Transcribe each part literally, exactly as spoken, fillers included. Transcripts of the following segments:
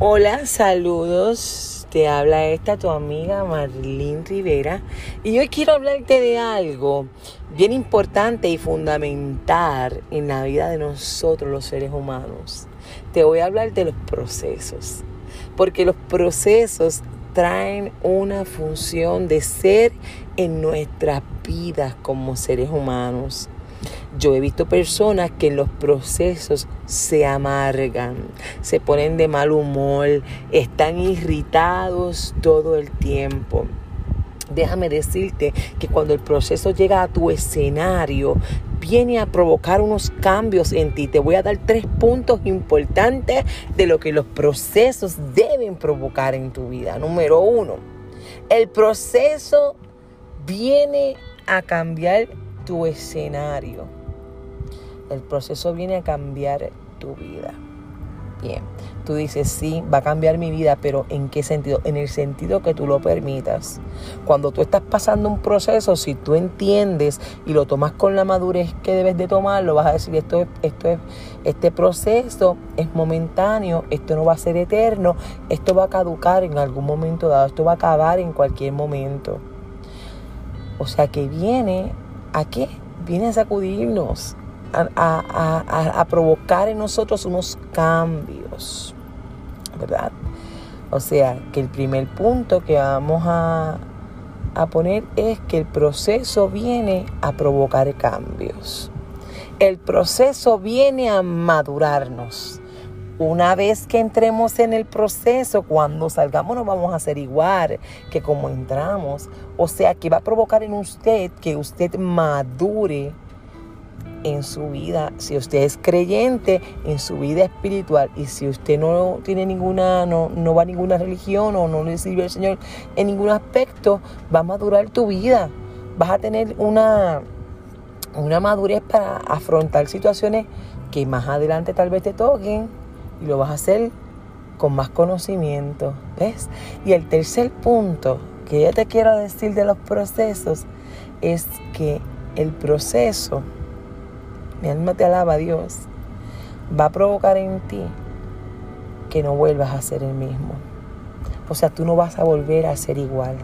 Hola, saludos. Te habla esta tu amiga Marlene Rivera y hoy quiero hablarte de algo bien importante y fundamental en la vida de nosotros los seres humanos. Te voy a hablar de los procesos, porque los procesos traen una función de ser en nuestras vidas como seres humanos. Yo he visto personas que en los procesos se amargan, se ponen de mal humor, están irritados todo el tiempo. Déjame decirte que cuando el proceso llega a tu escenario, viene a provocar unos cambios en ti. Te voy a dar tres puntos importantes de lo que los procesos deben provocar en tu vida. Número uno, el proceso viene a cambiar tu escenario. El proceso viene a cambiar tu vida. Bien, tú dices, sí, va a cambiar mi vida, pero ¿en qué sentido? En el sentido que tú lo permitas. Cuando tú estás pasando un proceso, si tú entiendes y lo tomas con la madurez que debes de tomarlo, vas a decir, esto es, esto es, este proceso es momentáneo, esto no va a ser eterno, esto va a caducar en algún momento dado, esto va a acabar en cualquier momento. O sea que viene, ¿a qué? Viene a sacudirnos. A, a, a, a provocar en nosotros unos cambios, ¿verdad? O sea, que el primer punto que vamos a, a poner es que el proceso viene a provocar cambios. El proceso viene a madurarnos. Una vez que entremos en el proceso, cuando salgamos no vamos a ser igual que como entramos. O sea, que va a provocar en usted que usted madure en su vida, si usted es creyente, en su vida espiritual, y si usted no tiene ninguna, no, no va a ninguna religión o no le sirve al Señor en ningún aspecto, va a madurar tu vida. Vas a tener una, una madurez para afrontar situaciones que más adelante tal vez te toquen y lo vas a hacer con más conocimiento, ¿ves? Y el tercer punto que yo te quiero decir de los procesos es que el proceso, mi alma te alaba, Dios, va a provocar en ti que no vuelvas a ser el mismo. O sea, tú no vas a volver a ser igual.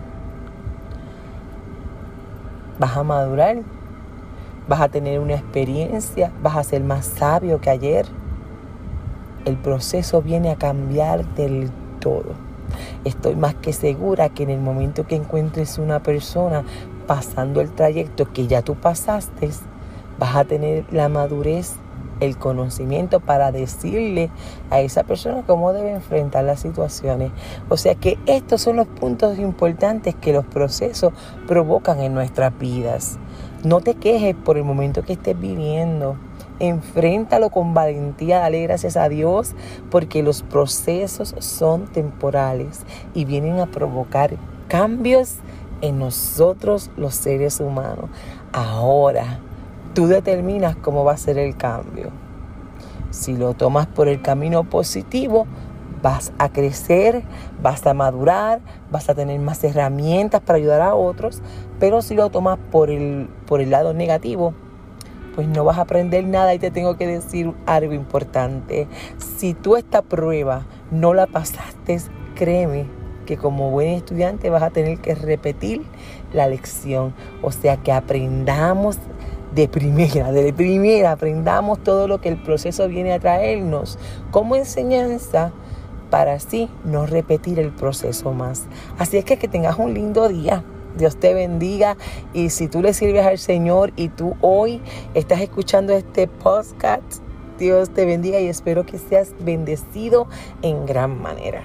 Vas a madurar, vas a tener una experiencia, vas a ser más sabio que ayer. El proceso viene a cambiar del todo. Estoy más que segura que en el momento que encuentres una persona pasando el trayecto que ya tú pasaste, vas a tener la madurez, el conocimiento para decirle a esa persona cómo debe enfrentar las situaciones. O sea que estos son los puntos importantes que los procesos provocan en nuestras vidas. No te quejes por el momento que estés viviendo. Enfréntalo con valentía, dale gracias a Dios, porque los procesos son temporales y vienen a provocar cambios en nosotros los seres humanos. Ahora, tú determinas cómo va a ser el cambio. Si lo tomas por el camino positivo, vas a crecer, vas a madurar, vas a tener más herramientas para ayudar a otros. Pero si lo tomas por el, por el lado negativo, pues no vas a aprender nada. Y te tengo que decir algo importante. Si tú esta prueba no la pasaste, créeme que como buen estudiante vas a tener que repetir la lección. O sea que aprendamos de primera, de primera, aprendamos todo lo que el proceso viene a traernos como enseñanza para así no repetir el proceso más. Así es que que tengas un lindo día. Dios te bendiga. Y si tú le sirves al Señor y tú hoy estás escuchando este podcast, Dios te bendiga y espero que seas bendecido en gran manera.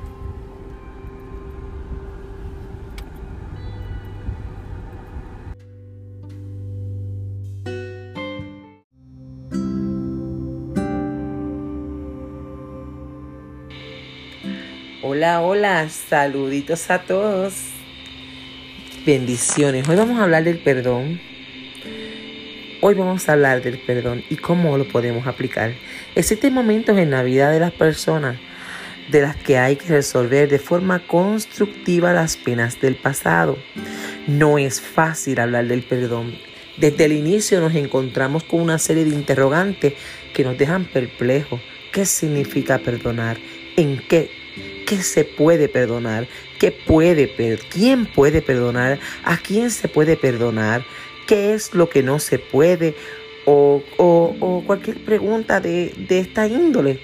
Hola, hola, saluditos a todos. Bendiciones. Hoy vamos a hablar del perdón. Hoy vamos a hablar del perdón y cómo lo podemos aplicar. Existen momentos en la vida de las personas de las que hay que resolver de forma constructiva las penas del pasado. No es fácil hablar del perdón. Desde el inicio nos encontramos con una serie de interrogantes que nos dejan perplejos. ¿Qué significa perdonar? en qué, qué se puede perdonar, qué puede, quién puede perdonar, a quién se puede perdonar, qué es lo que no se puede, o, o, o cualquier pregunta de, de esta índole.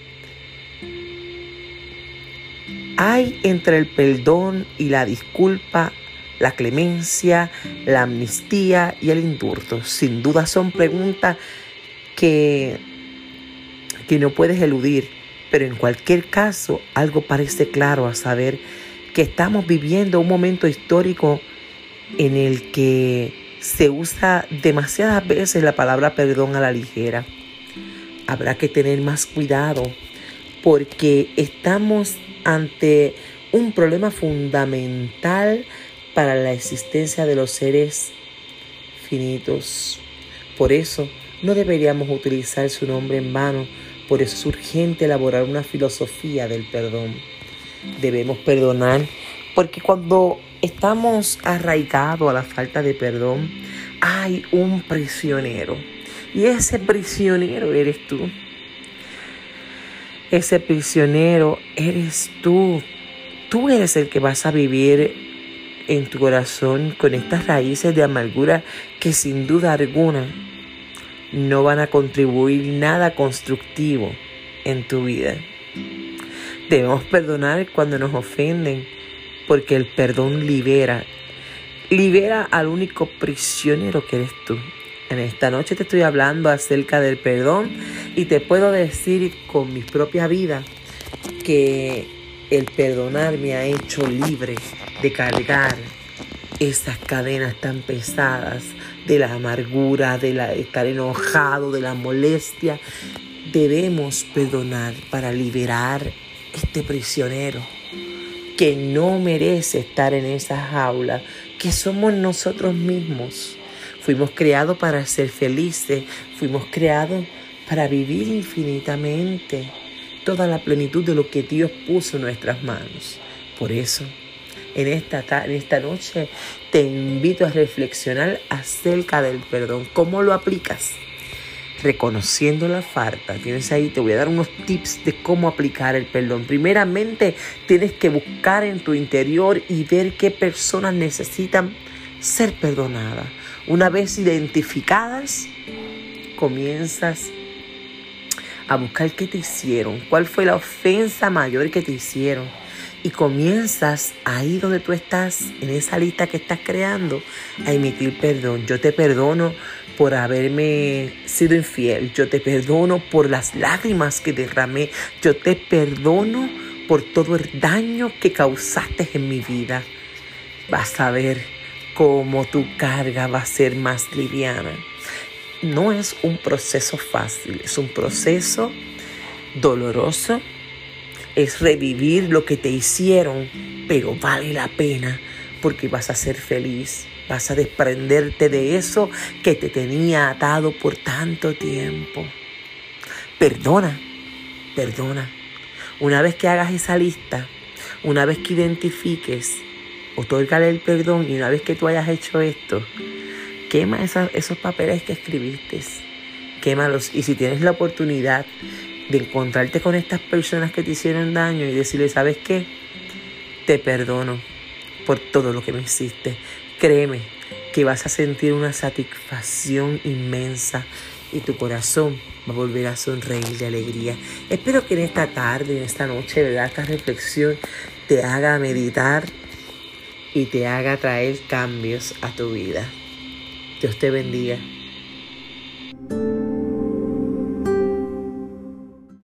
Hay entre el perdón y la disculpa, la clemencia, la amnistía y el indulto. Sin duda son preguntas que, que no puedes eludir, pero en cualquier caso algo parece claro a saber que estamos viviendo un momento histórico en el que se usa demasiadas veces la palabra perdón a la ligera. Habrá que tener más cuidado porque estamos ante un problema fundamental para la existencia de los seres finitos. Por eso no deberíamos utilizar su nombre en vano. Por eso es urgente elaborar una filosofía del perdón. Debemos perdonar porque cuando estamos arraigados a la falta de perdón, hay un prisionero. Y ese prisionero eres tú. Ese prisionero eres tú. Tú eres el que vas a vivir en tu corazón con estas raíces de amargura que sin duda alguna no van a contribuir nada constructivo en tu vida. Debemos perdonar cuando nos ofenden, porque el perdón libera. Libera al único prisionero que eres tú. En esta noche te estoy hablando acerca del perdón y te puedo decir con mi propia vida que el perdonar me ha hecho libre de cargar esas cadenas tan pesadas de la amargura, de la, de estar enojado, de la molestia. Debemos perdonar para liberar este prisionero que no merece estar en esa jaula, que somos nosotros mismos. Fuimos creados para ser felices, fuimos creados para vivir infinitamente toda la plenitud de lo que Dios puso en nuestras manos. Por eso, en esta, en esta noche te invito a reflexionar acerca del perdón. ¿Cómo lo aplicas? Reconociendo la falta. Tienes ahí, te voy a dar unos tips de cómo aplicar el perdón. Primeramente, tienes que buscar en tu interior y ver qué personas necesitan ser perdonadas. Una vez identificadas, comienzas a buscar qué te hicieron, cuál fue la ofensa mayor que te hicieron. Y comienzas ahí donde tú estás, en esa lista que estás creando, a emitir perdón. Yo te perdono por haberme sido infiel. Yo te perdono por las lágrimas que derramé. Yo te perdono por todo el daño que causaste en mi vida. Vas a ver cómo tu carga va a ser más liviana. No es un proceso fácil, es un proceso doloroso. Es revivir lo que te hicieron, pero vale la pena porque vas a ser feliz. Vas a desprenderte de eso que te tenía atado por tanto tiempo. Perdona, perdona. Una vez que hagas esa lista, una vez que identifiques, otórgale el perdón, y una vez que tú hayas hecho esto, quema esa, esos papeles que escribiste. Quémalos. Y si tienes la oportunidad de encontrarte con estas personas que te hicieron daño y decirle, ¿sabes qué? Te perdono por todo lo que me hiciste. Créeme que vas a sentir una satisfacción inmensa y tu corazón va a volver a sonreír de alegría. Espero que en esta tarde, en esta noche, ¿verdad?, esta reflexión te haga meditar y te haga traer cambios a tu vida. Dios te bendiga.